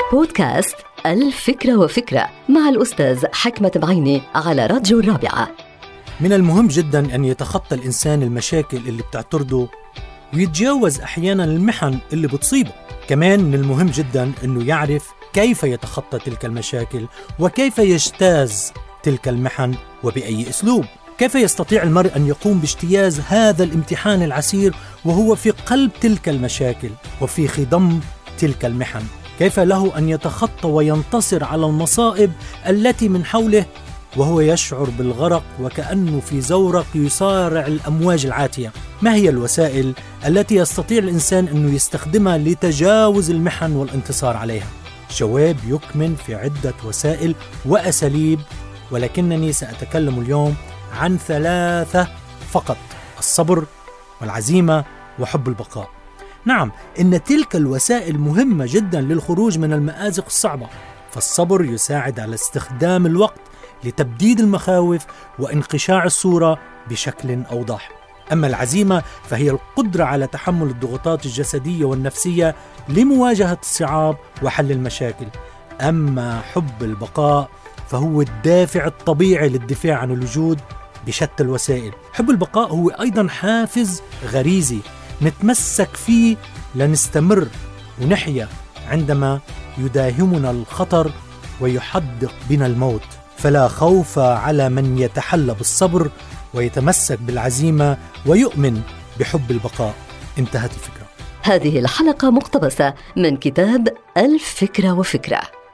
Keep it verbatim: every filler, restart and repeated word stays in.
بودكاست الفكرة وفكرة مع الأستاذ حكمة بعيني على راديو الرابعة. من المهم جدا أن يتخطى الإنسان المشاكل اللي بتعترضه ويتجاوز أحيانا المحن اللي بتصيبه. كمان من المهم جدا أنه يعرف كيف يتخطى تلك المشاكل وكيف يجتاز تلك المحن وبأي أسلوب. كيف يستطيع المرء أن يقوم باجتياز هذا الامتحان العسير وهو في قلب تلك المشاكل وفي خضم تلك المحن. كيف له أن يتخطى وينتصر على المصائب التي من حوله وهو يشعر بالغرق وكأنه في زورق يصارع الأمواج العاتية. ما هي الوسائل التي يستطيع الإنسان أنه يستخدمها لتجاوز المحن والانتصار عليها؟ جواب يكمن في عدة وسائل وأساليب، ولكنني سأتكلم اليوم عن ثلاثة فقط: الصبر والعزيمة وحب البقاء. نعم، إن تلك الوسائل مهمة جدا للخروج من المآزق الصعبة، فالصبر يساعد على استخدام الوقت لتبديد المخاوف وانقشاع الصورة بشكل أوضح. أما العزيمة فهي القدرة على تحمل الضغوطات الجسدية والنفسية لمواجهة الصعاب وحل المشاكل. أما حب البقاء فهو الدافع الطبيعي للدفاع عن الوجود بشتى الوسائل. حب البقاء هو أيضا حافز غريزي نتمسك فيه لنستمر ونحيا عندما يداهمنا الخطر ويحدق بنا الموت. فلا خوف على من يتحلى بالصبر ويتمسك بالعزيمة ويؤمن بحب البقاء. انتهت الفكرة. هذه الحلقة مقتبسة من كتاب الفكرة وفكرة.